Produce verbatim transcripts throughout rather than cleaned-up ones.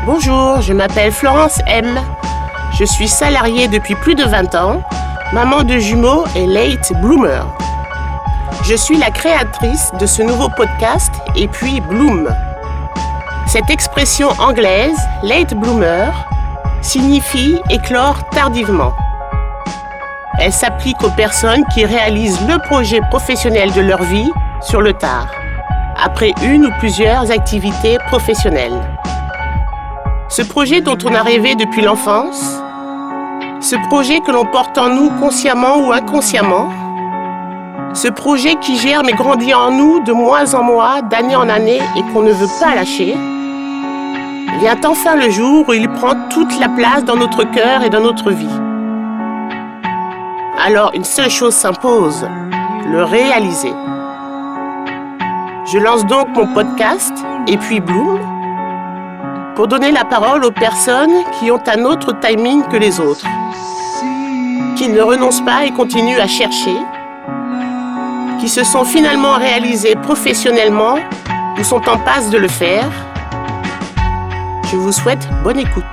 Bonjour, je m'appelle Florence M. Je suis salariée depuis plus de vingt ans, maman de jumeaux et late bloomer. Je suis la créatrice de ce nouveau podcast et puis Bloom. Cette expression anglaise, late bloomer, signifie éclore tardivement. Elle s'applique aux personnes qui réalisent le projet professionnel de leur vie sur le tard, après une ou plusieurs activités professionnelles. Ce projet dont on a rêvé depuis l'enfance, ce projet que l'on porte en nous consciemment ou inconsciemment, ce projet qui germe et grandit en nous de mois en mois, d'année en année et qu'on ne veut pas lâcher, vient enfin le jour où il prend toute la place dans notre cœur et dans notre vie. Alors une seule chose s'impose, le réaliser. Je lance donc mon podcast et puis Bloom pour donner la parole aux personnes qui ont un autre timing que les autres, qui ne renoncent pas et continuent à chercher, qui se sont finalement réalisées professionnellement ou sont en passe de le faire. Je vous souhaite bonne écoute.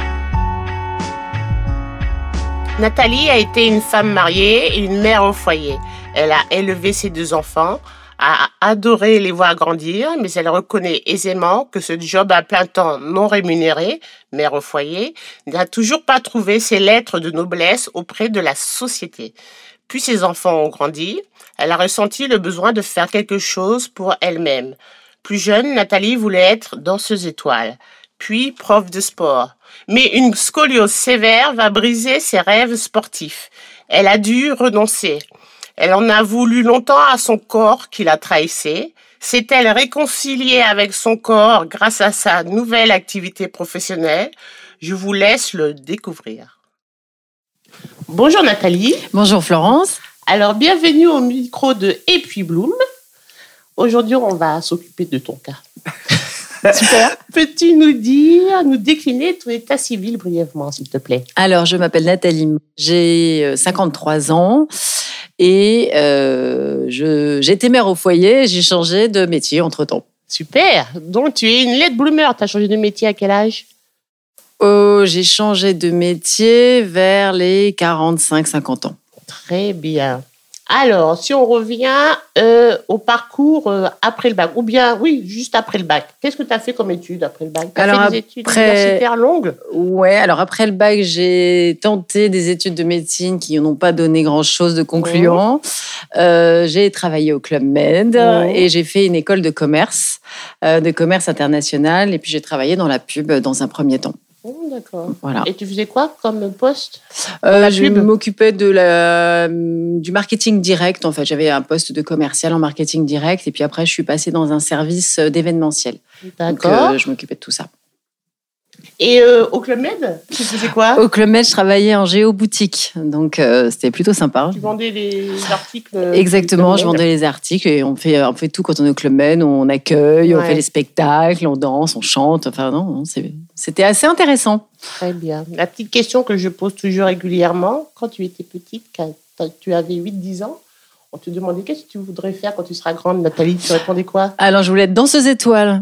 Nathalie a été une femme mariée et une mère au foyer. Elle a élevé ses deux enfants, a adoré les voir grandir, mais elle reconnaît aisément que ce job à plein temps non rémunéré, mère au foyer, n'a toujours pas trouvé ses lettres de noblesse auprès de la société. Puis ses enfants ont grandi, elle a ressenti le besoin de faire quelque chose pour elle-même. Plus jeune, Nathalie voulait être danseuse étoile, puis prof de sport. Mais une scoliose sévère va briser ses rêves sportifs. Elle a dû renoncer. Elle en a voulu longtemps à son corps qui la trahissait. S'est-elle réconciliée avec son corps grâce à sa nouvelle activité professionnelle? Je vous laisse le découvrir. Bonjour Nathalie. Bonjour Florence. Alors bienvenue au micro de Et puis Bloom. Aujourd'hui on va s'occuper de ton cas. Super. Peux-tu nous dire, nous décliner ton état civil brièvement, s'il te plaît? Alors, je m'appelle Nathalie, j'ai cinquante-trois ans et euh, je, j'étais mère au foyer et j'ai changé de métier entre-temps. Super. Donc, tu es une late bloomer. Tu as changé de métier à quel âge? Oh, j'ai changé de métier vers les quarante-cinq cinquante ans. Très bien. Alors, si on revient euh, au parcours euh, après le bac, ou bien, oui, juste après le bac, qu'est-ce que tu as fait comme études après le bac? Tu as alors, fait des études après... universitaires longues? Ouais, alors après le bac, j'ai tenté des études de médecine qui n'ont pas donné grand-chose de concluant. Mmh. Euh, j'ai travaillé au Club Med mmh. et j'ai fait une école de commerce, euh, de commerce international, et puis j'ai travaillé dans la pub dans un premier temps. Oh, d'accord. Voilà. Et tu faisais quoi comme poste? euh, Je m'occupais de la, du marketing direct. En fait, j'avais un poste de commercial en marketing direct. Et puis après, je suis passée dans un service d'événementiel. D'accord. Donc, euh, je m'occupais de tout ça. Et euh, au Club Med, tu faisais quoi? Au Club Med, je travaillais en géoboutique. Donc, euh, c'était plutôt sympa. Tu vendais les articles? Exactement, je vendais les articles. Et on fait, on fait tout quand on est au Club Med. On accueille, ouais. On fait les spectacles, on danse, on chante. Enfin, non, non c'est, c'était assez intéressant. Très bien. La petite question que je pose toujours régulièrement, quand tu étais petite, quand tu avais huit dix ans, on te demandait qu'est-ce que tu voudrais faire quand tu seras grande, Nathalie? Tu répondais quoi? Alors, je voulais être danseuse étoile.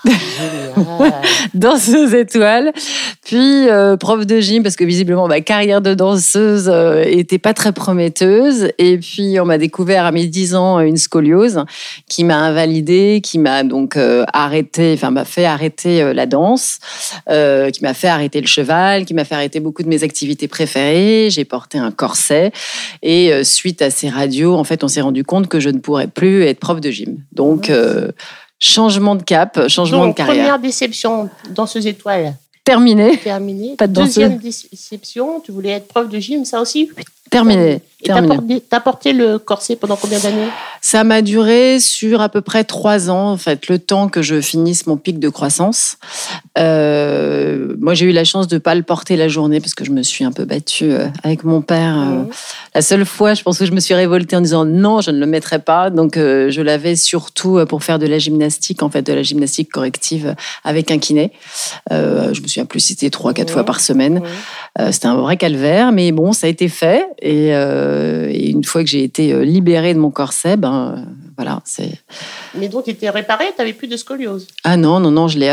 Danseuse étoile, puis euh, prof de gym parce que visiblement ma carrière de danseuse euh, était pas très prometteuse, et puis on m'a découvert à mes dix ans une scoliose qui m'a invalidée, qui m'a donc euh, arrêté, enfin m'a fait arrêter euh, la danse, euh, qui m'a fait arrêter le cheval, qui m'a fait arrêter beaucoup de mes activités préférées. J'ai porté un corset et euh, suite à ces radios, en fait, on s'est rendu compte que je ne pourrais plus être prof de gym. Donc euh, changement de cap, changement Donc, de carrière. Première déception, danseuse étoile. Terminé. Terminé. Pas de Deuxième déception, tu voulais être prof de gym, ça aussi? Terminé. Et t'as porté, t'as porté le corset pendant combien d'années? Ça m'a duré sur à peu près trois ans, en fait, le temps que je finisse mon pic de croissance. Euh, moi, j'ai eu la chance de ne pas le porter la journée parce que je me suis un peu battue avec mon père. Mmh. La seule fois, je pense que je me suis révoltée en disant non, je ne le mettrai pas. Donc, euh, je l'avais surtout pour faire de la gymnastique, en fait, de la gymnastique corrective avec un kiné. Euh, je me souviens plus, c'était trois, quatre mmh. fois par semaine. Mmh. Euh, c'était un vrai calvaire, mais bon, ça a été fait. Et, euh, et une fois que j'ai été libérée de mon corset, ben euh, voilà, c'est. Mais donc, tu étais réparée, tu n'avais plus de scoliose? Ah non, non, non, je l'ai à vie.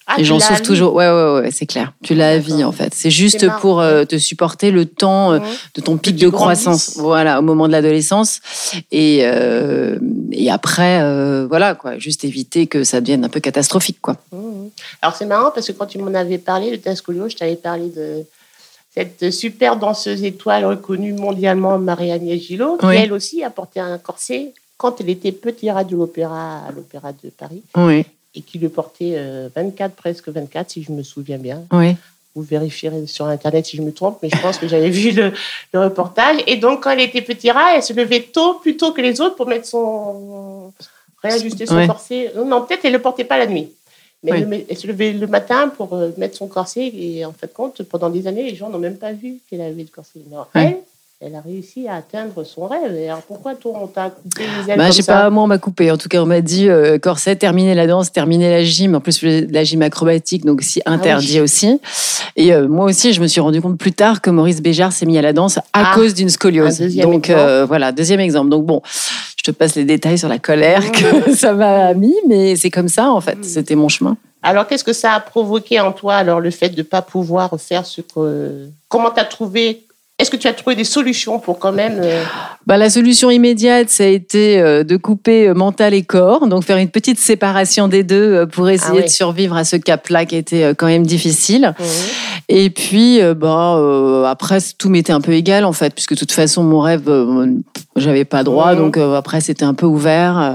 Ah, et tu j'en l'as à souffre vie. toujours. Ouais, ouais, ouais, c'est clair. Tu l'as à vie, D'accord. en fait. C'est juste C'est marrant. pour euh, te supporter le temps euh, Mmh. de ton pic tu de grandisses. croissance. Voilà, au moment de l'adolescence. Et, euh, et après, euh, voilà, quoi. Juste éviter que ça devienne un peu catastrophique, quoi. Mmh. Alors, c'est marrant parce que quand tu m'en avais parlé de ta scoliose, je t'avais parlé de cette super danseuse étoile reconnue mondialement, Marie-Agnès Gillot, qui Oui. elle aussi a porté un corset quand elle était petite de l'opéra à l'Opéra de Paris Oui, et qui le portait euh, vingt-quatre, presque vingt-quatre, si je me souviens bien. oui. Vous vérifierez sur Internet si je me trompe, mais je pense que j'avais vu le, le reportage. Et donc, quand elle était petit rat, elle se levait tôt, plus tôt que les autres pour mettre son... réajuster son Ouais. corset. Non, non, peut-être elle ne le portait pas la nuit. Mais Oui. elle, le- elle se levait le matin pour euh, mettre son corset. Et en fait, compte, pendant des années, les gens n'ont même pas vu qu'elle avait le corset. Non, Ouais. elle, elle a réussi à atteindre son rêve. Et alors, pourquoi toi, on t'a coupé les ailes Bah, comme je sais ça pas, moi on m'a coupé. En tout cas, on m'a dit euh, corset, terminer la danse, terminer la gym. En plus, la gym acrobatique, donc si interdit oui. aussi. Et euh, moi aussi, je me suis rendu compte plus tard que Maurice Béjart s'est mis à la danse à Ah, cause d'une scoliose. un deuxième Donc exemple. euh, voilà, deuxième exemple. Donc bon, je te passe les détails sur la colère Mmh. que ça m'a mis, mais c'est comme ça en fait. Mmh. C'était mon chemin. Alors, qu'est-ce que ça a provoqué en toi, alors, le fait de ne pas pouvoir faire ce que... Comment tu as trouvé... Est-ce que tu as trouvé des solutions pour quand même... euh, Bah, la solution immédiate, ça a été euh, de couper euh, mental et corps, donc faire une petite séparation des deux euh, pour essayer Ah ouais. de survivre à ce cap-là qui était euh, quand même difficile. mhm. Et puis, euh, bah, euh, après, tout m'était un peu égal, en fait, puisque de toute façon, mon rêve, euh, j'avais pas droit. Mhm. Donc, euh, après, c'était un peu ouvert euh,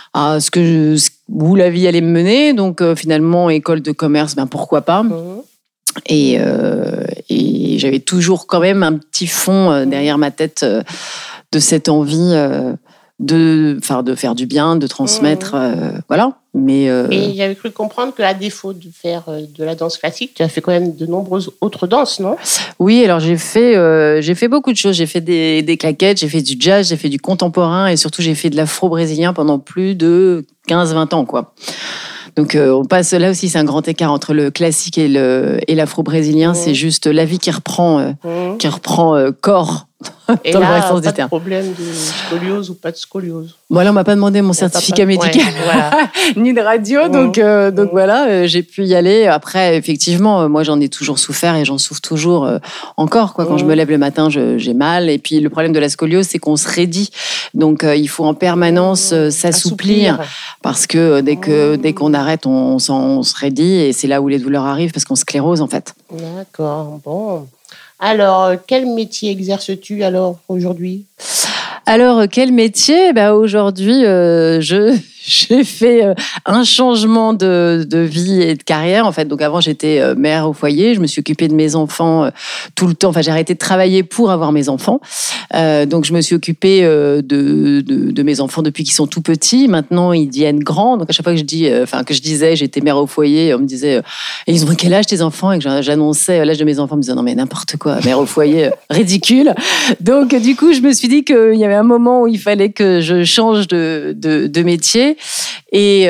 à ce que je- ce- où la vie allait me mener. Donc, euh, finalement, école de commerce, ben, pourquoi pas. Mhm. Et, euh, et j'avais toujours quand même un petit fond euh, derrière ma tête euh, de cette envie euh, de, enfin, de faire du bien, de transmettre. euh, voilà. Mais euh, Et j'avais cru comprendre qu'à défaut de faire euh, de la danse classique, tu as fait quand même de nombreuses autres danses, non? oui, alors j'ai fait, euh, j'ai fait beaucoup de choses. J'ai fait des, des claquettes, j'ai fait du jazz, j'ai fait du contemporain et surtout j'ai fait de l'afro-brésilien pendant plus de quinze vingt ans, quoi. Donc euh, on passe là aussi, c'est un grand écart entre le classique et le et l'afro-brésilien. Mhm. C'est juste la vie qui reprend, euh, Mhm. qui reprend euh, corps. Et dans le vrai là, sens du pas de terme. problème de scoliose ou pas de scoliose. Bon, là, on m'a pas demandé mon On t'a certificat pas- médical. Ouais, voilà. Ni de radio, Mhm. donc euh, donc Mhm. voilà, euh, j'ai pu y aller. Après, effectivement, euh, moi j'en ai toujours souffert et j'en souffre toujours euh, encore. Quoi, quand Mhm. je me lève le matin, je- j'ai mal. Et puis le problème de la scoliose, c'est qu'on se raidit, donc euh, il faut en permanence euh, s'assouplir Assouplir. parce que euh, dès que Mhm. dès qu'on arrête, on, on, s'en- on se raidit et c'est là où les douleurs arrivent parce qu'on sclérose en fait. D'accord, bon. Alors, euh, quel métier exerces-tu alors aujourd'hui? Alors, quel métier? Bah, aujourd'hui, euh, je, j'ai fait euh, un changement de, de vie et de carrière. En fait, donc avant, j'étais euh, mère au foyer. Je me suis occupée de mes enfants euh, tout le temps. Enfin, j'ai arrêté de travailler pour avoir mes enfants. Euh, donc, je me suis occupée euh, de, de, de mes enfants depuis qu'ils sont tout petits. Maintenant, ils deviennent grands. Donc, à chaque fois que je dis, euh, enfin, que je disais, j'étais mère au foyer, on me disait, euh, et ils ont quel âge tes enfants? Et que j'annonçais l'âge de mes enfants, on me disait, non, mais n'importe quoi, mère au foyer, euh, ridicule. Donc, du coup, je me suis dit qu'il y avait un moment où il fallait que je change de, de, de métier. Et,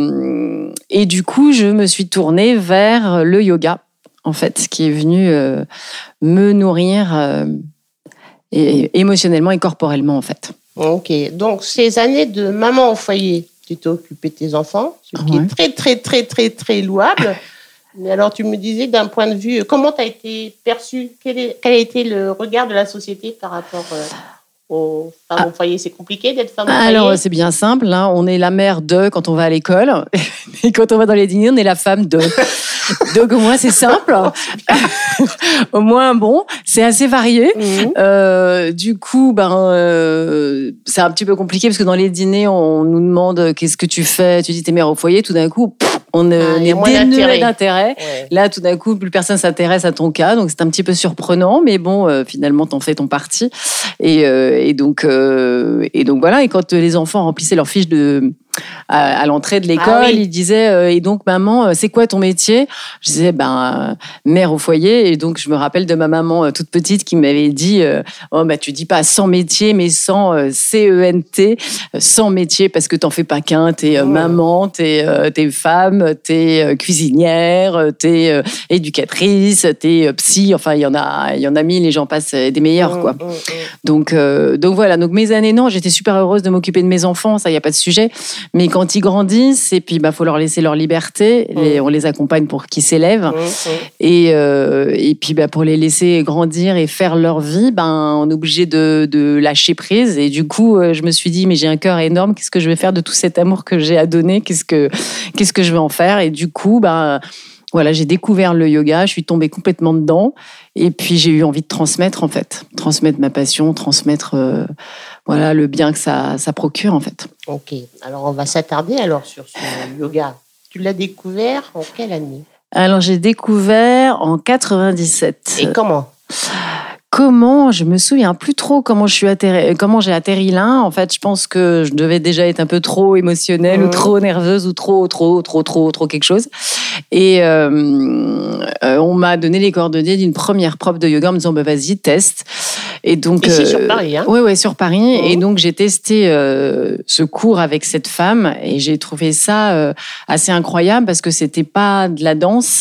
euh, et du coup, je me suis tournée vers le yoga, en fait, qui est venu euh, me nourrir euh, et, émotionnellement et corporellement, en fait. Ok, donc ces années de maman au foyer, tu t'es occupée de tes enfants, ce qui Ouais. est très, très, très, très, très louable. Mais alors, tu me disais d'un point de vue, comment tu as été perçue? Quel, est- quel a été le regard de la société par rapport euh, aux femmes au foyer? C'est compliqué d'être femme au Alors, foyer? c'est bien simple. Hein. On est la mère de quand on va à l'école. Et quand on va dans les dîners, on est la femme de. Donc, au moins, c'est simple. Au moins, bon, c'est assez varié. Mhm. Euh, du coup, ben, euh, c'est un petit peu compliqué parce que dans les dîners, on nous demande qu'est-ce que tu fais. Tu dis t'es mère au foyer. Tout d'un coup, pff, on euh, Ah, il y a est moins dénué d'intérêt. d'intérêt. Ouais. Là, tout d'un coup, plus personne s'intéresse à ton cas, donc c'est un petit peu surprenant, mais bon, euh, finalement, t'en fais ton parti. Et, euh, et donc, euh, et donc voilà. Et quand les enfants remplissaient leur fiche de à, à l'entrée de l'école, Ah oui. ils disaient euh, et donc maman, euh, c'est quoi ton métier? Je disais ben euh, mère au foyer. Et donc je me rappelle de ma maman euh, toute petite qui m'avait dit euh, oh bah tu dis pas sans métier, mais sans euh, C E N T, euh, sans métier parce que t'en fais pas qu'un. T'es euh, Oh. maman, t'es euh, t'es femme, t'es euh, cuisinière, euh, t'es euh, éducatrice, t'es euh, psy. Enfin il y en a, il y en a mille et j'en passe euh, des meilleurs quoi. Mhm, mhm. Donc, euh, donc voilà, donc mes années, non, j'étais super heureuse de m'occuper de mes enfants, ça, il n'y a pas de sujet. Mais quand ils grandissent, et puis bah faut leur laisser leur liberté, mmh. les, on les accompagne pour qu'ils s'élèvent, mmh. et euh, et puis bah pour les laisser grandir et faire leur vie, ben on est obligé de de lâcher prise. Et du coup, je me suis dit mais j'ai un cœur énorme, qu'est-ce que je vais faire de tout cet amour que j'ai à donner, qu'est-ce que qu'est-ce que je vais en faire? Et du coup, ben voilà, j'ai découvert le yoga, je suis tombée complètement dedans, et puis j'ai eu envie de transmettre en fait, transmettre ma passion, transmettre euh, voilà le bien que ça ça procure en fait. Ok, alors on va s'attarder alors sur ce yoga. Tu l'as découvert en quelle année? Alors j'ai découvert en quatre-vingt-dix-sept. Et comment? Comment? Je me souviens plus trop comment je suis atterri, comment j'ai atterri là. En fait, je pense que je devais déjà être un peu trop émotionnelle mmh. ou trop nerveuse ou trop, trop, trop, trop, trop quelque chose. Et euh, euh, on m'a donné les coordonnées d'une première prof de yoga en me disant bah, vas-y, teste. Et donc, Ici euh, sur Paris, hein? Oui, ouais, sur Paris. Mmh. Et donc j'ai testé euh, ce cours avec cette femme et j'ai trouvé ça euh, assez incroyable parce que c'était pas de la danse,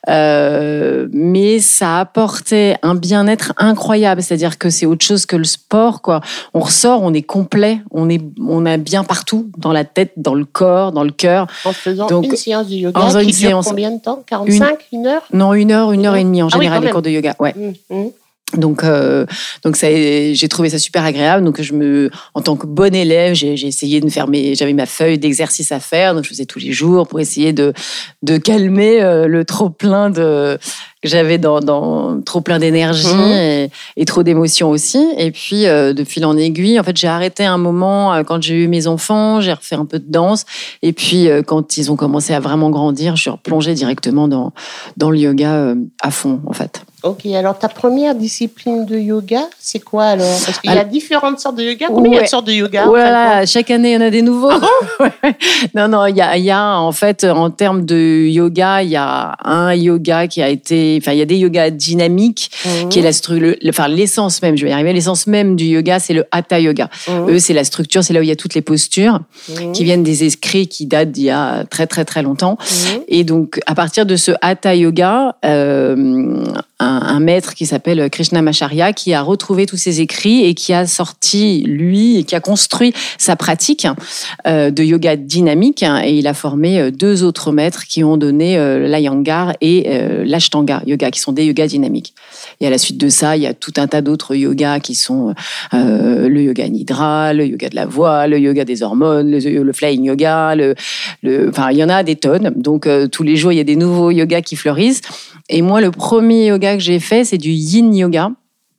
euh, mais ça apportait un bien-être incroyable. C'est-à-dire que c'est autre chose que le sport, quoi. On ressort, on est complet, on est, on est bien partout, dans la tête, dans le corps, dans le cœur. En faisant donc, une séance de yoga en qui une dure séance, combien de temps? quarante-cinq, une, une heure? Non, une heure, une heure et demie en général, ah oui, les cours de yoga. Ouais. Mmh, mmh. Donc, euh, donc ça, j'ai trouvé ça super agréable. Donc, je me, en tant que bonne élève, j'ai, j'ai essayé de me faire mes, j'avais ma feuille d'exercice à faire. Donc, je faisais tous les jours pour essayer de, de calmer euh, le trop plein de que j'avais dans, dans trop plein d'énergie mmh. et, et trop d'émotions aussi. Et puis, euh, de fil en aiguille, en fait, j'ai arrêté un moment euh, quand j'ai eu mes enfants. J'ai refait un peu de danse. Et puis, euh, quand ils ont commencé à vraiment grandir, je suis replongée directement dans dans le yoga euh, à fond, en fait. Ok, alors ta première discipline de yoga, c'est quoi alors? Parce qu'il y a alors, différentes sortes de yoga. Combien ouais, il y a de sortes de yoga? Voilà, chaque année, il y en a des nouveaux. Ah bon? non, non, il y a, il y a, en fait, en termes de yoga, il y a un yoga qui a été... Enfin, il y a des yogas dynamiques, mmh. qui est la stru, le, enfin, l'essence même, je vais y arriver, l'essence même du yoga, c'est le Hatha Yoga. Mmh. Eux, c'est la structure, c'est là où il y a toutes les postures mmh. qui viennent des écrits qui datent d'il y a très, très, très longtemps. Mmh. Et donc, à partir de ce Hatha Yoga, euh, un, un maître qui s'appelle Krishnamacharya qui a retrouvé tous ces écrits et qui a sorti, lui, et qui a construit sa pratique euh, de yoga dynamique. Et il a formé deux autres maîtres qui ont donné euh, l'Iyengar et euh, l'Ashtanga yoga, qui sont des yogas dynamiques. Et à la suite de ça, il y a tout un tas d'autres yogas qui sont euh, le yoga nidra, le yoga de la voix, le yoga des hormones, le, le flying yoga, le, le, enfin, il y en a des tonnes. Donc, euh, tous les jours, il y a des nouveaux yogas qui fleurissent. Et moi, le premier yoga que j'ai fait, c'est du yin yoga.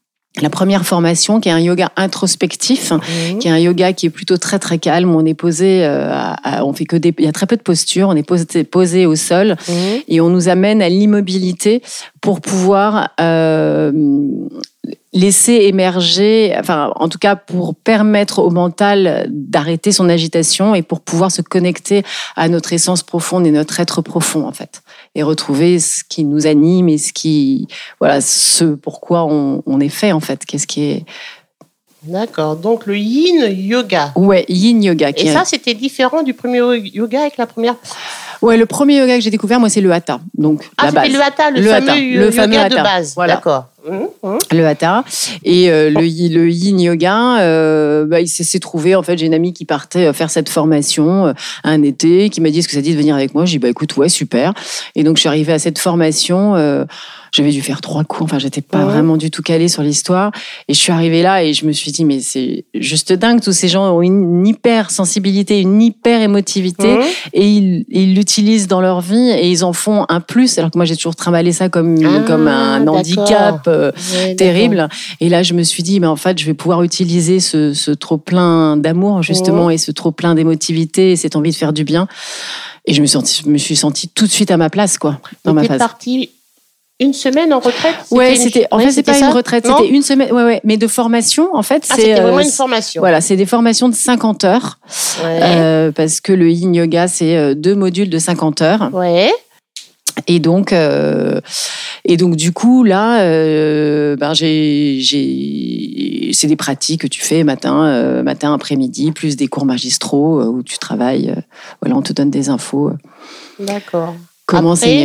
La première formation, qui est un yoga introspectif, mmh. qui est un yoga qui est plutôt très très calme. On est posé, euh, à, à, on fait que des, il y a très peu de postures. On est posé, posé au sol mmh. et on nous amène à l'immobilité pour pouvoir euh, laisser émerger, enfin, en tout cas pour permettre au mental d'arrêter son agitation et pour pouvoir se connecter à notre essence profonde et notre être profond, en fait. Et retrouver ce qui nous anime et ce qui, voilà, ce pourquoi on, on est fait, en fait. Qu'est-ce qui est... D'accord. Donc, le yin yoga. Ouais, yin yoga. Et ça, est... c'était différent du premier yoga avec la première... Ouais, le premier yoga que j'ai découvert, moi, c'est le Hatha. Donc, ah, la c'était base. le Hatha, le, le fameux hatha, yoga le fameux de hatha. base. Voilà. D'accord. Mmh, mmh. Le Hatha. Et euh, le, le yin yoga, euh, bah, il s'est trouvé, en fait, j'ai une amie qui partait faire cette formation euh, un été, qui m'a dit, est-ce que ça dit de venir avec moi? J'ai dit, bah, écoute, ouais, super. Et donc, je suis arrivée à cette formation, euh, j'avais dû faire trois cours, enfin, j'étais pas mmh. vraiment du tout calée sur l'histoire. Et je suis arrivée là et je me suis dit, mais c'est juste dingue, tous ces gens ont une hyper sensibilité, une hyper émotivité, mmh. et ils, ils l'utilisent dans leur vie et ils en font un plus, alors que moi, j'ai toujours trimballé ça comme, ah, comme un d'accord. handicap euh, ouais, terrible. D'accord. Et là, je me suis dit, mais en fait, je vais pouvoir utiliser ce, ce trop-plein d'amour, justement, mmh. et ce trop-plein d'émotivité et cette envie de faire du bien. Et je me, senti, je me suis sentie tout de suite à ma place, quoi, dans ma phase. Partie... Une semaine en retraite? Ouais, c'était. En ouais, fait, c'est pas ça une retraite, non c'était une semaine. Ouais, ouais. Mais de formation, en fait, ah, c'est. C'était vraiment euh, une formation. Voilà, c'est des formations de cinquante heures. Ouais. Euh, parce que le Yin Yoga, c'est deux modules de cinquante heures. Ouais. Et donc, euh, et donc, du coup, là, euh, ben, j'ai, j'ai, c'est des pratiques que tu fais matin, euh, matin, après-midi, plus des cours magistraux euh, où tu travailles. Euh, voilà, on te donne des infos. D'accord. Comment enseigner.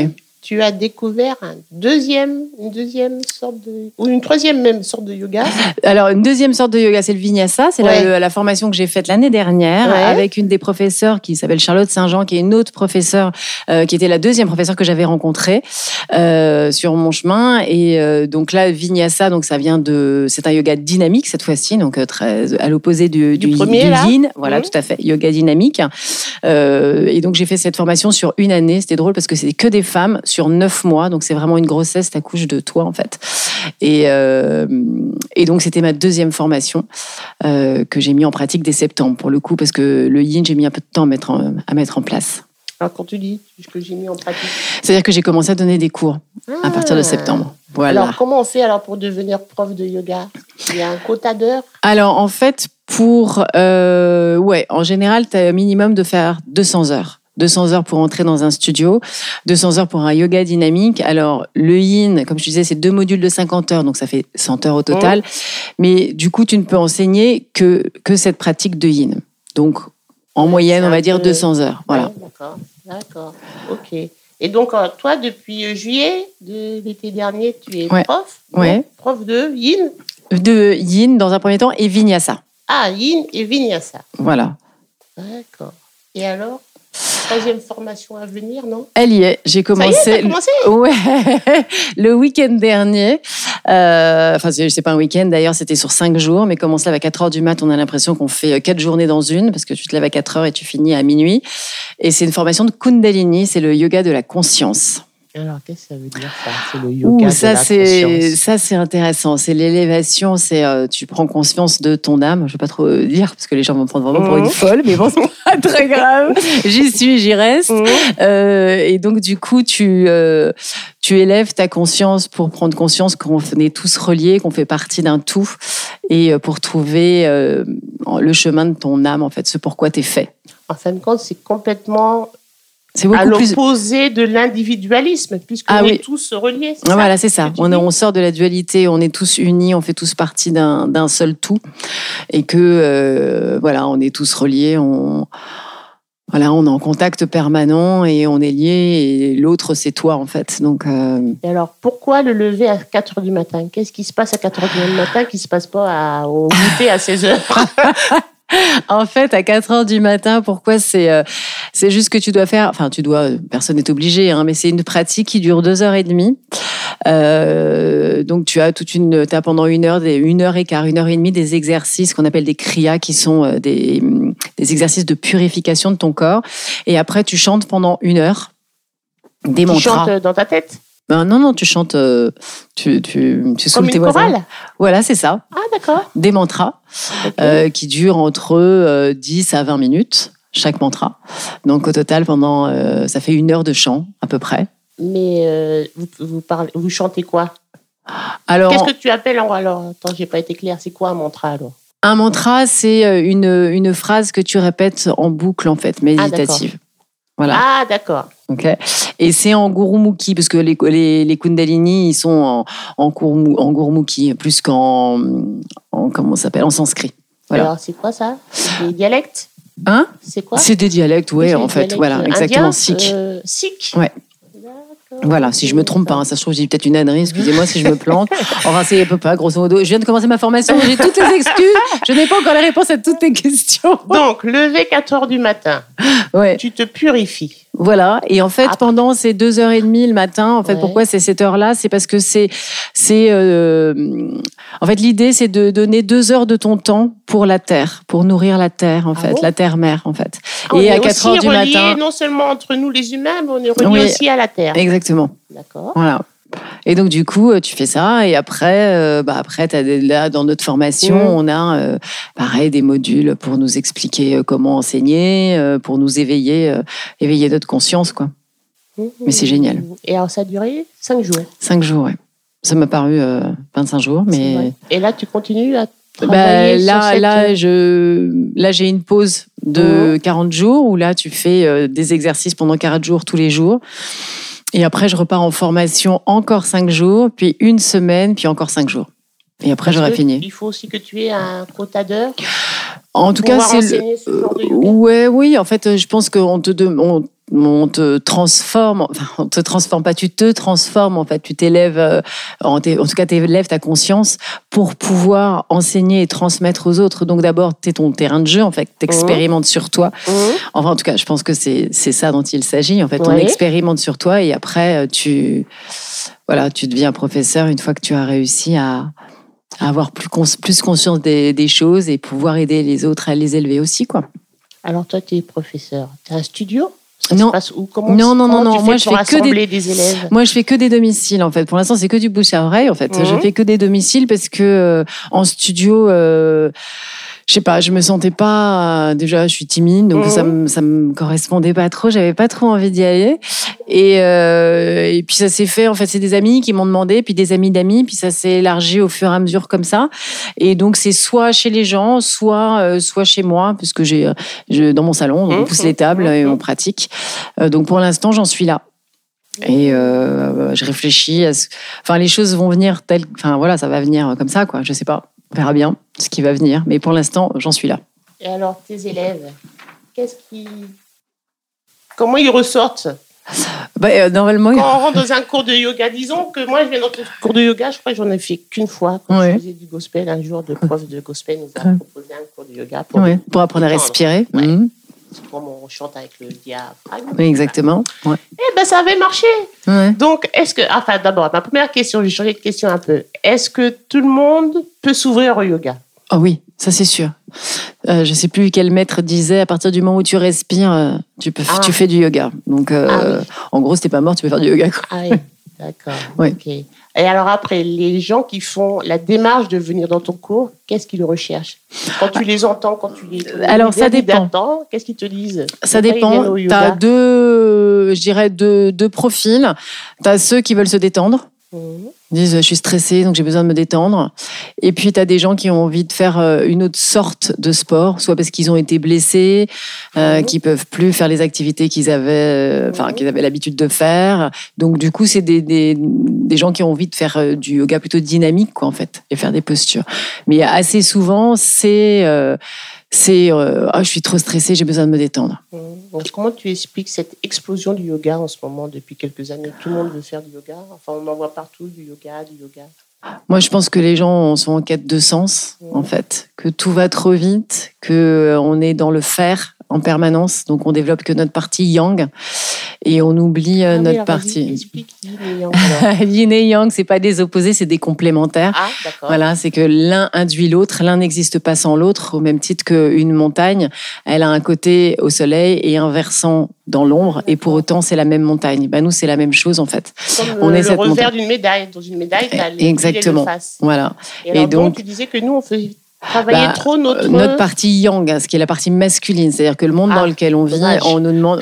tu as découvert un deuxième, une deuxième sorte de... ou une troisième même sorte de yoga. Alors, une deuxième sorte de yoga, c'est le Vinyasa. C'est ouais. la, la formation que j'ai faite l'année dernière ouais. avec une des professeurs qui s'appelle Charlotte Saint-Jean, qui est une autre professeure, euh, qui était la deuxième professeure que j'avais rencontrée euh, sur mon chemin. Et euh, donc là, Vinyasa, donc ça vient de... C'est un yoga dynamique cette fois-ci, donc euh, très à l'opposé du, du, du, premier, du là. yin. Voilà, mmh. tout à fait. Yoga dynamique. Euh, et donc, j'ai fait cette formation sur une année. C'était drôle parce que c'était que des femmes sur neuf mois, donc c'est vraiment une grossesse, t'accouches de toi en fait. Et, euh, et donc c'était ma deuxième formation euh, que j'ai mis en pratique dès septembre pour le coup, parce que le yin, j'ai mis un peu de temps à mettre en, à mettre en place. Alors quand tu dis que j'ai mis en pratique, c'est-à-dire que j'ai commencé à donner des cours ah. à partir de septembre. Voilà. Alors comment on fait alors pour devenir prof de yoga? Il y a un quota d'heures? Alors en fait, pour euh, ouais, en général, tu as un minimum de faire deux cents heures. deux cents heures pour entrer dans un studio, deux cents heures pour un yoga dynamique. Alors, le yin, comme je disais, c'est deux modules de cinquante heures, donc ça fait cent heures au total. Mmh. Mais du coup, tu ne peux enseigner que, que cette pratique de yin. Donc, en ouais, moyenne, on va dire peu... deux cents heures. Voilà. Ouais, d'accord, d'accord. Ok. Et donc, toi, depuis juillet de l'été dernier, tu es ouais. prof ouais. Prof de yin De yin, dans un premier temps, et vinyasa. Ah, yin et vinyasa. Voilà. D'accord. Et alors? Troisième formation à venir, non? Elle y est. J'ai commencé. Ça y est, t'as commencé? Ouais, le week-end dernier. Euh, enfin, c'est, c'est pas un week-end d'ailleurs, c'était sur cinq jours. Mais comme on se lève à quatre heures du mat, on a l'impression qu'on fait quatre journées dans une, parce que tu te lèves à quatre heures et tu finis à minuit. Et c'est une formation de Kundalini, c'est le yoga de la conscience. Alors, qu'est-ce que ça veut dire ça? C'est le yoga Ouh, de ça, la c'est, conscience. Ça, c'est intéressant. C'est l'élévation, c'est euh, tu prends conscience de ton âme. Je ne vais pas trop dire, parce que les gens vont me prendre vraiment mmh. pour une folle, mais bon, c'est pas très grave. J'y suis, j'y reste. Mmh. Euh, et donc, du coup, tu, euh, tu élèves ta conscience pour prendre conscience qu'on est tous reliés, qu'on fait partie d'un tout, et pour trouver euh, le chemin de ton âme, en fait, ce pourquoi tu es fait. En fin de compte, c'est complètement... C'est beaucoup à l'opposé plus... de l'individualisme, puisqu'on ah, est oui. tous reliés. C'est voilà, ça, c'est ça. On, on sort de la dualité, on est tous unis, on fait tous partie d'un, d'un seul tout. Et que, euh, voilà, on est tous reliés, on, voilà, on est en contact permanent et on est liés. Et l'autre, c'est toi, en fait. Donc, euh... Et alors, pourquoi le lever à quatre heures du matin? Qu'est-ce qui se passe à quatre heures du matin qui ne se passe pas à, au goûter à seize heures? En fait, à quatre heures du matin, pourquoi c'est euh, c'est juste que tu dois faire, enfin tu dois, personne n'est obligé, hein, mais c'est une pratique qui dure deux heures et demie. Euh, donc tu as toute une, t'as pendant une heure, des, une heure et quart, une heure et demie des exercices qu'on appelle des kriyas, qui sont euh, des des exercices de purification de ton corps. Et après tu chantes pendant une heure des mantras. Tu chantes dans ta tête? Ben non, non, tu chantes, euh, tu, tu, tu saoules tes voisins. Comme une chorale? Voilà, c'est ça. Ah, d'accord. Des mantras okay. euh, qui durent entre euh, dix à vingt minutes, chaque mantra. Donc, au total, pendant, euh, ça fait une heure de chant, à peu près. Mais euh, vous, vous, parlez, vous chantez quoi? Alors, qu'est-ce que tu appelles alors? Attends, j'ai pas été claire. C'est quoi un mantra alors? Un mantra, c'est une, une phrase que tu répètes en boucle, en fait, méditative. Ah, voilà. Ah, d'accord. Okay. Et c'est en Gurumukhi, parce que les, les, les Kundalini, ils sont en, en, Gurmu, en Gurumukhi, plus qu'en en, comment ça s'appelle, en sanskrit. Voilà. Alors, c'est quoi ça? C'est des dialectes? Hein? C'est quoi? C'est des dialectes, oui, ouais, en fait. Voilà, indien, exactement. Sikh. Euh, Sikh. Ouais. Voilà, si je me trompe pas, hein, ça se trouve, je dis peut-être une ânerie, excusez-moi si je me plante. Enfin, c'est peu pas, grosso modo. Je viens de commencer ma formation, j'ai toutes les excuses. Je n'ai pas encore la réponse à toutes tes questions. Donc, lever quatre heures du matin, ouais. tu te purifies. Voilà, et en fait, Après. pendant ces deux heures et demie le matin, en fait, ouais. pourquoi c'est cette heure-là? C'est parce que c'est... c'est euh, en fait, l'idée, c'est de donner deux heures de ton temps pour la terre, pour nourrir la terre, en ah fait, bon la terre-mère, en fait. Ah, et à quatre heures du matin... non seulement entre nous les humains, mais on est reliés oui, aussi à la terre. Exactement. D'accord. Voilà. Et donc, du coup, tu fais ça. Et après, euh, bah, après t'as des, là, dans notre formation, mmh. on a, euh, pareil, des modules pour nous expliquer euh, comment enseigner, euh, pour nous éveiller, euh, éveiller notre conscience, quoi. Mmh. Mais c'est génial. Et alors, ça a duré cinq jours? Cinq jours, oui. Ça m'a paru euh, vingt-cinq jours, mais... Et là, tu continues à travailler bah, là, sur cette... là, je, là, j'ai une pause de mmh. quarante jours, où là, tu fais euh, des exercices pendant quarante jours tous les jours. Et après, je repars en formation encore cinq jours, puis une semaine, puis encore cinq jours. Et après, Parce j'aurai fini. Il faut aussi que tu aies un quota d'heures. En tout cas, c'est le... ce genre de yoga. ouais, oui. En fait, je pense qu'on te dem... on... on te transforme, enfin, on te transforme pas, tu te transformes, en fait, tu t'élèves, euh, en, en tout cas, tu élèves ta conscience pour pouvoir enseigner et transmettre aux autres. Donc d'abord, tu es ton terrain de jeu, en fait, tu expérimentes mmh. sur toi. Mmh. Enfin, en tout cas, je pense que c'est, c'est ça dont il s'agit, en fait. Ouais. On expérimente sur toi et après, tu, voilà, tu deviens professeur une fois que tu as réussi à, à avoir plus, cons- plus conscience des, des choses et pouvoir aider les autres à les élever aussi, quoi. Alors toi, tu es professeur, tu as un studio ? Ça non. se passe où ? Comment, non, non, comment non, non. Moi, je fais que des... des élèves. Moi, je fais que des domiciles, en fait. Pour l'instant, c'est que du bouche à oreille, en fait. Mmh. Je fais que des domiciles parce que euh, en studio, euh, je sais pas, je me sentais pas. Euh, déjà, je suis timide, donc mmh. ça me ça me correspondait pas trop. J'avais pas trop envie d'y aller. Et euh, et puis ça s'est fait. En fait, c'est des amis qui m'ont demandé, puis des amis d'amis, puis ça s'est élargi au fur et à mesure comme ça. Et donc c'est soit chez les gens, soit euh, soit chez moi, parce que j'ai je, dans mon salon, donc on pousse les tables et on pratique. Euh, donc pour l'instant, j'en suis là. Et euh, je réfléchis à ce... Enfin, les choses vont venir telles... Enfin, voilà, ça va venir comme ça, quoi. Je sais pas. On verra bien ce qui va venir. Mais pour l'instant, j'en suis là. Et alors, tes élèves, qu'est-ce qui... Comment ils ressortent ? Bah, euh, normalement... Quand on rentre dans un cours de yoga, disons que moi, je viens dans un cours de yoga, je crois que j'en ai fait qu'une fois. Quand ouais. je faisais du gospel, un jour, de prof de gospel nous a proposé un cours de yoga pour, ouais. pour apprendre à respirer. Ouais. Mmh. C'est comme on chante avec le diaphragme. Oui, exactement. Ouais. Eh ben, ça avait marché. Ouais. Donc, est-ce que... Enfin, d'abord, ma première question, je vais changer de question un peu. Est-ce que tout le monde peut s'ouvrir au yoga ? Oh oui, ça c'est sûr. Euh, je ne sais plus quel maître disait, à partir du moment où tu respires, euh, tu, peux, ah. tu fais du yoga. Donc, euh, ah oui. en gros, si tu n'es pas mort, tu peux faire du yoga, quoi. Ah oui, d'accord. Oui. Okay. Et alors après, les gens qui font la démarche de venir dans ton cours, qu'est-ce qu'ils recherchent ? Quand tu les entends, quand tu les... Alors, les ça dépend. Qu'est-ce qu'ils te disent ? Ça dépend. Tu as deux, je dirais, deux, deux profils. Tu as ceux qui veulent se détendre. Mmh. Ils disent, je suis stressée, donc j'ai besoin de me détendre. Et puis, tu as des gens qui ont envie de faire une autre sorte de sport, soit parce qu'ils ont été blessés, euh, mmh. qu'ils ne peuvent plus faire les activités qu'ils avaient, enfin, mmh. qu'ils avaient l'habitude de faire. Donc, du coup, c'est des, des, des gens qui ont envie de faire du yoga plutôt dynamique, quoi, en fait, et faire des postures. Mais assez souvent, c'est... Euh, c'est euh, oh, je suis trop stressée, j'ai besoin de me détendre. Mmh. Donc, comment tu expliques cette explosion du yoga en ce moment depuis quelques années ? Tout le monde veut faire du yoga. Enfin, on en voit partout du yoga, du yoga. Moi, je pense que les gens sont en quête de sens, mmh. en fait, que tout va trop vite, que on est dans le faire en permanence, donc on développe que notre partie yang et on oublie ah, notre oui, partie. Explique yin et yang. Yin et yang, c'est pas des opposés, c'est des complémentaires. Ah, d'accord. Voilà, c'est que l'un induit l'autre, l'un n'existe pas sans l'autre, au même titre qu'une montagne, elle a un côté au soleil et un versant dans l'ombre, d'accord. et pour autant c'est la même montagne. Ben, nous, c'est la même chose en fait. Comme on le, est le cette revers montagne. D'une médaille. Dans une médaille, tu as les exactement. Et les faces. Voilà. Et, alors, et donc, donc, tu disais que nous, on faisait travailler bah, trop notre... notre partie yang, ce qui est la partie masculine, c'est-à-dire que le monde ah, dans lequel on vit, dommage. On nous demande...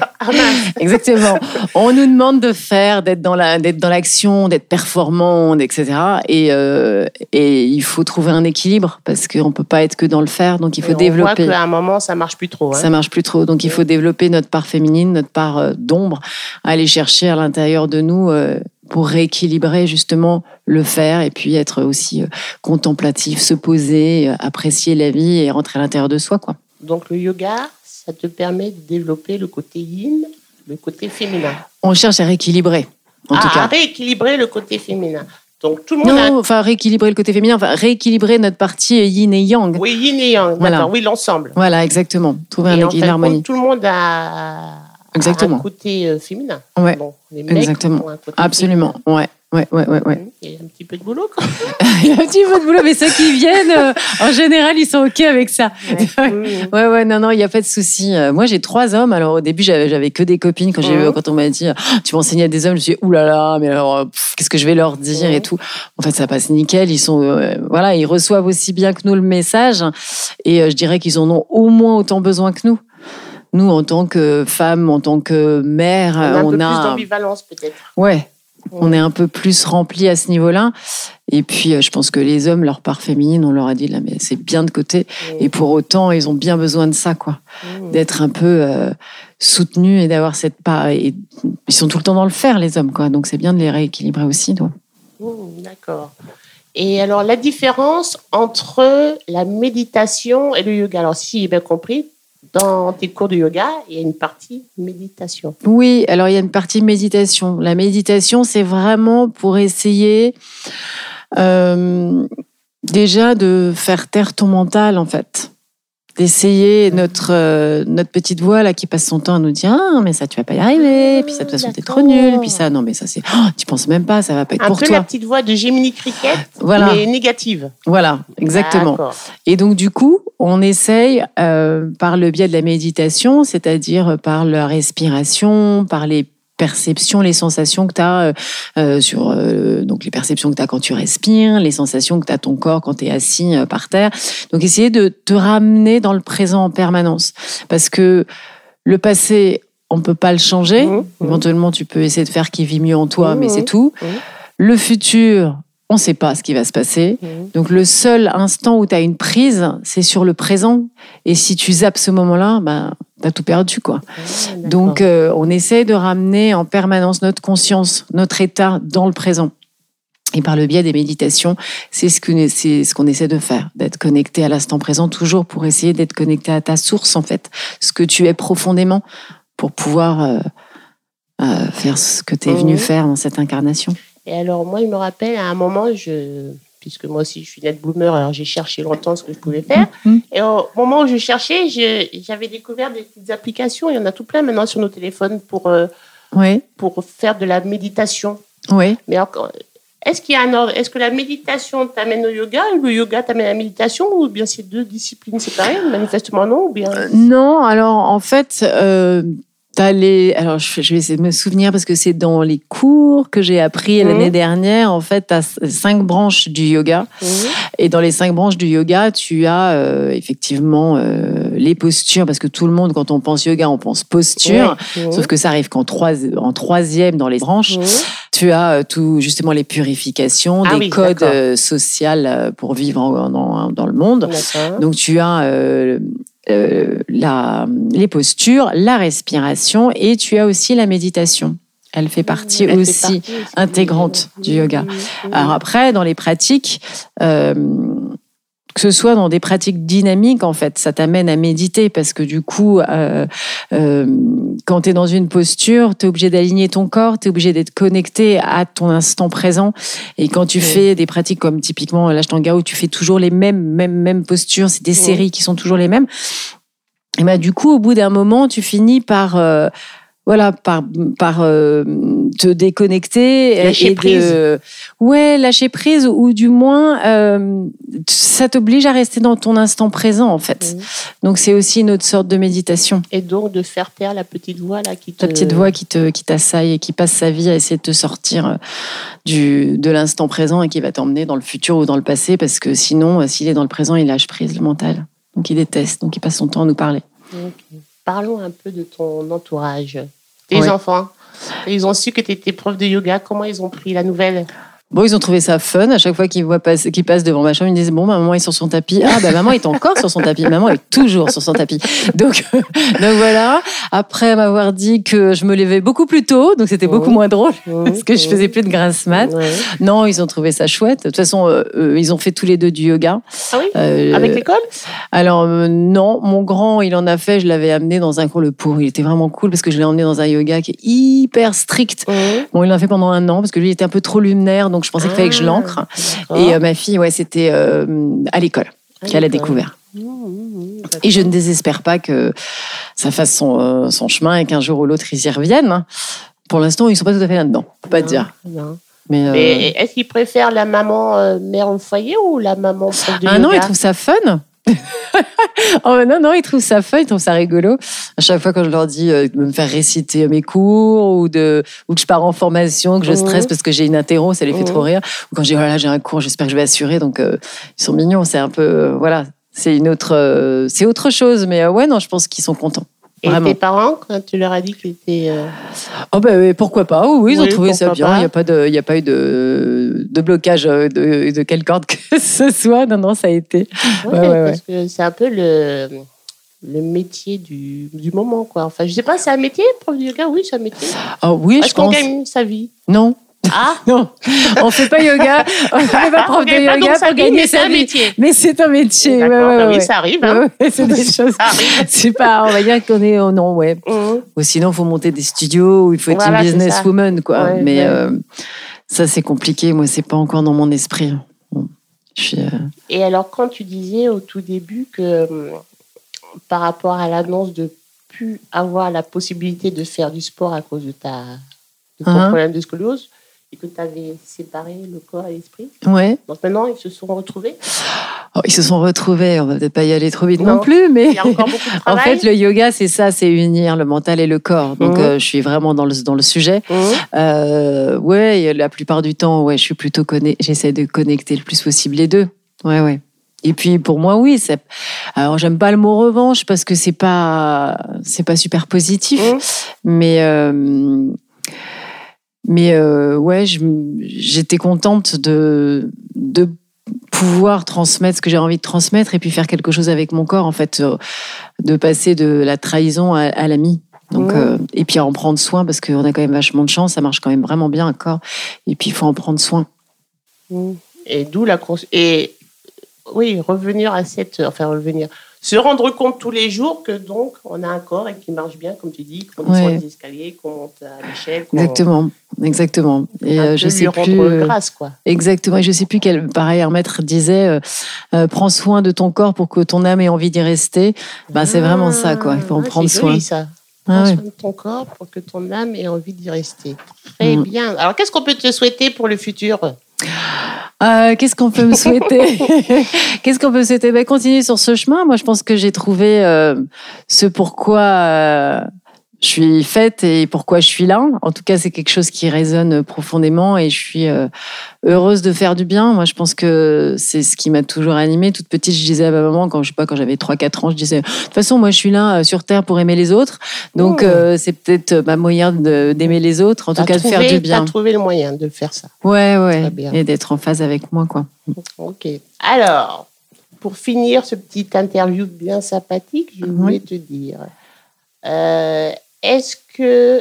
Exactement. On nous demande de faire, d'être dans, la, d'être dans l'action, d'être performante, et cetera. Et, euh, et il faut trouver un équilibre parce qu'on ne peut pas être que dans le faire, donc il faut et développer... On voit qu'à un moment, ça ne marche plus trop. Hein. Ça ne marche plus trop, donc il faut développer notre part féminine, notre part euh, d'ombre, aller chercher à l'intérieur de nous... Euh, pour rééquilibrer justement le faire et puis être aussi contemplatif, se poser, apprécier la vie et rentrer à l'intérieur de soi, quoi. Donc le yoga, ça te permet de développer le côté yin, le côté féminin. On cherche à rééquilibrer, en ah, tout cas. À rééquilibrer le côté féminin. Donc tout le monde non, a... enfin rééquilibrer le côté féminin, enfin rééquilibrer notre partie yin et yang. Oui, yin et yang, voilà. D'accord, oui, l'ensemble. Voilà, exactement. Trouver et un équilibre, une harmonie. Tout le monde a... Exactement. un côté euh, féminin. Ouais. Bon, les mecs exactement. Ont un côté absolument. Féminin. Ouais. Ouais, ouais, ouais, ouais. Il y a un petit peu de boulot, quoi. Il y a un petit peu de boulot, mais ceux qui viennent, euh, en général, ils sont OK avec ça. Ouais, ouais, ouais, ouais non, non, il n'y a pas de souci. Moi, j'ai trois hommes. Alors, au début, j'avais, j'avais que des copines. Quand, j'ai, mmh. quand on m'a dit, oh, tu vas enseigner à des hommes, je me suis dit, oulala, mais alors, pff, qu'est-ce que je vais leur dire mmh. et tout. En fait, ça passe nickel. Ils sont, euh, voilà, ils reçoivent aussi bien que nous le message. Et euh, je dirais qu'ils en ont au moins autant besoin que nous. Nous, en tant que femmes, en tant que mères, on a un on peu a... plus d'ambivalence, peut-être. Ouais. On est un peu plus remplis à ce niveau-là. Et puis, je pense que les hommes, leur part féminine, on leur a dit, là, mais c'est bien de côté. Mmh. Et pour autant, ils ont bien besoin de ça, quoi. Mmh. D'être un peu euh, soutenus et d'avoir cette part. Et ils sont tout le temps dans le faire, les hommes, quoi. Donc, c'est bien de les rééquilibrer aussi, donc. Mmh, d'accord. Et alors, la différence entre la méditation et le yoga. Alors, si j'ai bien compris, dans tes cours de yoga, il y a une partie méditation. Oui, alors il y a une partie méditation. La méditation, c'est vraiment pour essayer euh, déjà de faire taire ton mental, en fait. D'essayer notre, euh, notre petite voix là, qui passe son temps à nous dire « Ah, mais ça, tu vas pas y arriver. Puis ça, de toute façon, t'es trop nul. Puis ça, non, mais ça, c'est... Oh, tu penses même pas, ça va pas être un pour toi. » Un peu la petite voix de Jiminy Cricket, voilà. mais négative. Voilà, exactement. D'accord. Et donc, du coup, on essaye, euh, par le biais de la méditation, c'est-à-dire par la respiration, par les perceptions, les sensations que tu as euh, sur euh, donc les perceptions que tu as quand tu respires, les sensations que tu as ton corps quand tu es assis euh, par terre. Donc essayer de te ramener dans le présent en permanence parce que le passé, on peut pas le changer. Mmh, mmh. Éventuellement, tu peux essayer de faire qu'il vit mieux en toi, mmh, mais c'est tout. Mmh. Le futur, on ne sait pas ce qui va se passer. Mmh. Donc, le seul instant où tu as une prise, c'est sur le présent. Et si tu zappes ce moment-là, ben, tu as tout perdu, quoi. Mmh, Donc, euh, on essaie de ramener en permanence notre conscience, notre état dans le présent. Et par le biais des méditations, c'est ce, que, c'est ce qu'on essaie de faire, d'être connecté à l'instant présent, toujours pour essayer d'être connecté à ta source, en fait, ce que tu es profondément, pour pouvoir euh, euh, faire ce que tu es venu mmh. faire dans cette incarnation. Et alors, moi, il me rappelle, à un moment, je, puisque moi aussi, je suis net bloomer, alors j'ai cherché longtemps ce que je pouvais faire. Mmh. Et au moment où je cherchais, je, j'avais découvert des petites applications. Il y en a tout plein maintenant sur nos téléphones pour, euh, oui. pour faire de la méditation. Oui. Mais encore, est-ce qu'il y a un ordre ? Est-ce que la méditation t'amène au yoga ou le yoga t'amène à la méditation ou bien c'est deux disciplines séparées ? Manifestement non ou bien... Euh, non, alors en fait... Euh... Les... Alors, je vais essayer de me souvenir parce que c'est dans les cours que j'ai appris mmh. l'année dernière. En fait, tu as cinq branches du yoga. Mmh. Et dans les cinq branches du yoga, tu as euh, effectivement euh, les postures. Parce que tout le monde, quand on pense yoga, on pense posture. Mmh. Sauf que ça arrive qu'en trois... en troisième dans les branches. Mmh. Tu as tout, justement les purifications, ah, des oui, codes euh, sociaux pour vivre en, en, dans le monde. D'accord. Donc, tu as... Euh, Euh, la, les postures, la respiration et tu as aussi la méditation. Elle fait partie, Elle aussi, fait partie aussi intégrante du yoga. Alors après, dans les pratiques, euh, que ce soit dans des pratiques dynamiques, en fait, ça t'amène à méditer parce que du coup, euh, euh, quand tu es dans une posture, tu es obligé d'aligner ton corps, tu es obligé d'être connecté à ton instant présent. Et quand tu oui. fais des pratiques comme typiquement l'Ashtanga où tu fais toujours les mêmes, mêmes, mêmes postures, c'est des oui. séries qui sont toujours les mêmes, et ben, du coup, au bout d'un moment, tu finis par... Euh, Voilà, par, par euh, te déconnecter. Lâcher et prise. De, ouais, lâcher prise, ou du moins, euh, ça t'oblige à rester dans ton instant présent, en fait. Mmh. Donc, c'est aussi une autre sorte de méditation. Et donc, de faire taire la petite voix, là, qui te... La petite voix qui, te, qui t'assaille et qui passe sa vie à essayer de te sortir du, de l'instant présent et qui va t'emmener dans le futur ou dans le passé, parce que sinon, s'il est dans le présent, il lâche prise, le mental. Donc, il déteste, donc il passe son temps à nous parler. Okay. Parlons un peu de ton entourage. Tes oui. enfants, ils ont su que tu étais prof de yoga. Comment ils ont pris la nouvelle ? Bon, ils ont trouvé ça fun. À chaque fois qu'ils, voient passer, qu'ils passent devant ma chambre, ils me disent « Bon, bah, maman est sur son tapis. » Ah, bah, maman est encore sur son tapis. Maman est toujours sur son tapis. Donc, donc voilà. Après m'avoir dit que je me levais beaucoup plus tôt, donc c'était mmh. beaucoup moins drôle, mmh. parce que je faisais plus de grasse mat. Mmh. Non, ils ont trouvé ça chouette. De toute façon, euh, ils ont fait tous les deux du yoga. Ah oui euh, Avec l'école ? Alors, euh, non. Mon grand, il en a fait. Je l'avais amené dans un cours le pour. Il était vraiment cool parce que je l'ai emmené dans un yoga qui est hyper strict. Mmh. Bon, il en a fait pendant un an parce que lui, il était un peu trop lunaire. Donc, je pensais ah, qu'il fallait que je l'ancre. D'accord. Et euh, ma fille, ouais, c'était euh, à l'école à qu'elle l'école. a découvert. Mmh, mmh, et je ne désespère pas que ça fasse son, euh, son chemin et qu'un jour ou l'autre, ils y reviennent. Pour l'instant, ils ne sont pas tout à fait là-dedans. On ne peut pas te dire. Non. Mais, euh... Mais est-ce qu'ils préfèrent la maman euh, mère au foyer ou la maman prof de ah yoga ? Non, ils trouvent ça fun. Oh non, non, ils trouvent ça fun, ils trouvent ça rigolo. À chaque fois, quand je leur dis euh, de me faire réciter mes cours ou, de, ou que je pars en formation, que je stresse mmh. parce que j'ai une interro, ça les fait mmh. trop rire. Ou quand je dis, oh là là, j'ai un cours, j'espère que je vais assurer. Donc, euh, ils sont mignons, c'est un peu... Euh, voilà, c'est, une autre, euh, c'est autre chose. Mais euh, ouais, non, je pense qu'ils sont contents. Et Vraiment. Tes parents, quand tu leur as dit qu'ils étaient... Euh... Oh ben, pourquoi pas, oui, ils oui, ont trouvé ça bien. Il n'y a, pas de, il y a pas eu de, de blocage de, de quelque ordre que ce soit. Non, non, ça a été. Ouais, ouais, ouais, parce ouais. que c'est un peu le, le métier du, du moment, quoi. Enfin, je ne sais pas, c'est un métier, prof de yoga ? Oui, c'est un métier. Oh, oui, Est-ce je pense. Est-ce qu'on gagne sa vie ? Non. Ah Non, on fait pas yoga, on fait pas prof de yoga donc, pour gagner mais sa c'est un vie. métier. Mais c'est un métier. Ouais, D'accord, ouais, bah ouais. oui, ça arrive. Hein. Ouais, ouais, c'est des choses. Ça arrive. C'est pas, on va dire qu'on est, oh non, ouais. Mmh. Ou sinon, il faut monter des studios, ou il faut être Voilà, une c'est ça. businesswoman, quoi. Ouais, Mais ouais. euh, ça, c'est compliqué. Moi, c'est pas encore dans mon esprit. Bon, je suis, euh... Et alors, quand tu disais au tout début que euh, par rapport à l'annonce de plus avoir la possibilité de faire du sport à cause de, ta, de ton Uh-huh. problème de scoliose et que tu avais séparé le corps et l'esprit, ouais. donc maintenant, ils se sont retrouvés. Oh, ils se sont retrouvés. On va peut-être pas y aller trop vite non, Non. plus, mais Il y a encore beaucoup de en travail. fait, le yoga, c'est ça, c'est unir le mental et le corps. Donc, Mhm. euh, je suis vraiment dans le dans le sujet. Mmh. Euh, ouais, la plupart du temps, ouais, je suis plutôt conne... j'essaie de connecter le plus possible les deux. Ouais, ouais. Et puis pour moi, oui. C'est... Alors, j'aime pas le mot revanche parce que c'est pas c'est pas super positif, Mmh. mais euh... mais euh, ouais, je... j'étais contente de de pouvoir transmettre ce que j'ai envie de transmettre et puis faire quelque chose avec mon corps, en fait, de passer de la trahison à, à l'ami. Donc, Mmh. euh, et puis à en prendre soin parce qu'on a quand même vachement de chance, ça marche quand même vraiment bien un corps. Et puis il faut en prendre soin. Mmh. Et d'où la cons- et oui, revenir à cette, enfin revenir, se rendre compte tous les jours que donc on a un corps et qui marche bien, comme tu dis, qu'on descend Ouais. les escaliers, qu'on monte à l'échelle, qu'on Exactement, exactement. Et un euh, peu je lui sais rendre plus. euh, grâce, quoi. Exactement. Et je sais plus quel. Pareil, un maître disait euh, euh, prends soin de ton corps pour que ton âme ait envie d'y rester. Ben, c'est vraiment ça, quoi. Il faut en Ah, prendre c'est soin. joli, ça. Ah Prends ouais. soin de ton corps pour que ton âme ait envie d'y rester. Très Mm. bien. Alors, qu'est-ce qu'on peut te souhaiter pour le futur? Euh, qu'est-ce qu'on peut me souhaiter Qu'est-ce qu'on peut me souhaiter ben, continuer sur ce chemin. Moi, je pense que j'ai trouvé euh, ce pourquoi euh, je suis faite et pourquoi je suis là. En tout cas, c'est quelque chose qui résonne profondément et je suis euh, heureuse de faire du bien. Moi, je pense que c'est ce qui m'a toujours animée. Toute petite, je disais à ma maman, quand, je sais pas, quand j'avais trois quatre ans, je disais, de toute façon, moi, je suis là euh, sur Terre pour aimer les autres. Donc, Oh. euh, c'est peut-être ma moyen de, d'aimer les autres, en tout T'as cas de faire trouvé- du bien. T'as trouvé le moyen de faire ça. Ouais, ouais. Très bien. Et d'être en phase avec moi, quoi. Ok. Alors, pour finir ce petit interview bien sympathique, je voulais Oui. te dire, euh, est-ce que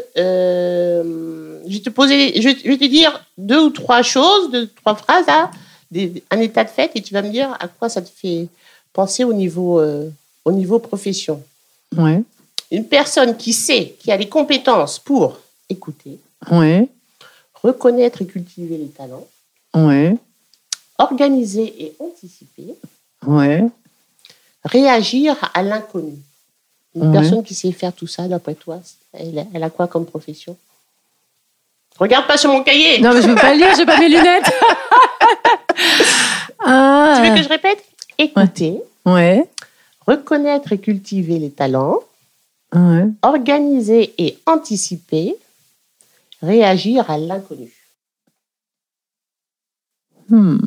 euh, je vais te poser, je, je vais te dire deux ou trois choses, deux trois phrases, hein, des- un état de fait, et tu vas me dire à quoi ça te fait penser au niveau, euh, au niveau profession. Ouais. Une personne qui sait, qui a les compétences pour écouter, Ouais. reconnaître et cultiver les talents, Ouais. organiser et anticiper, Ouais. réagir à l'inconnu. Une Ouais. personne qui sait faire tout ça, d'après toi, elle, a- elle a quoi comme profession? Regarde pas sur mon cahier. Non, mais je veux pas le lire, j'ai pas mes lunettes. ah. Tu veux que je répète? Écouter, Ouais. reconnaître et cultiver les talents, Ouais. organiser et anticiper, réagir à l'inconnu. Hmm.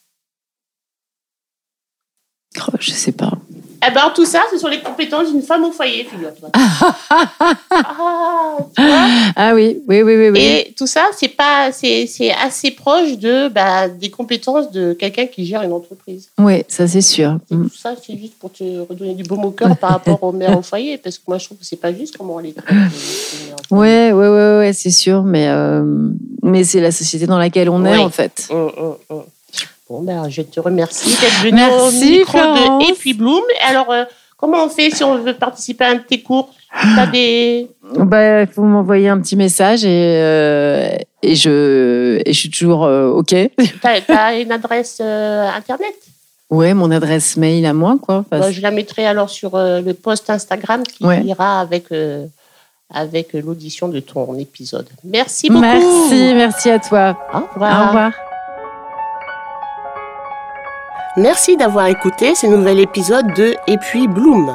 Oh, je sais pas. Eh ben, tout ça, ce sont les compétences d'une femme au foyer, figure-toi. Ah, tu vois? Ah oui, oui, oui, oui. oui. Et tout ça, c'est pas, c'est, c'est assez proche de, bah, des compétences de quelqu'un qui gère une entreprise. Oui, ça c'est sûr. Et Hmm. tout ça, c'est juste pour te redonner du baume au cœur par rapport aux mères au foyer, parce que moi, je trouve que c'est pas juste comment on les traite, les mères au foyer. Ouais, ouais, ouais, ouais, c'est sûr, mais euh, mais c'est la société dans laquelle on est Oui. en fait. Hum, hum, hum. Bon, ben, je te remercie d'être venu Merci, au micro Florence. de Et puis Bloom. Alors, euh, comment on fait si on veut participer à un de tes cours? T'as des... Bah, faut m'envoyer un petit message et euh, et je et je suis toujours euh, ok. T'as, t'as une adresse euh, internet? Ouais, mon adresse mail à moi quoi. Parce- Bah, je la mettrai alors sur euh, le post Instagram qui Ouais. ira avec, euh, avec l'audition de ton épisode. Merci beaucoup. Merci, merci à toi. Au revoir. Au revoir. Merci d'avoir écouté ce nouvel épisode de Et puis Bloom.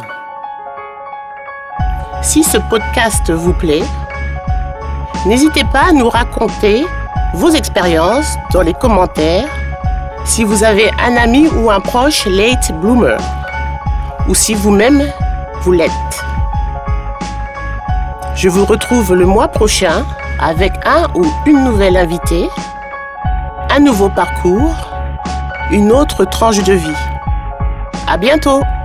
Si ce podcast vous plaît, n'hésitez pas à nous raconter vos expériences dans les commentaires si vous avez un ami ou un proche late bloomer ou si vous-même vous l'êtes. Je vous retrouve le mois prochain avec un ou une nouvelle invitée, un nouveau parcours, une autre tranche de vie. À bientôt!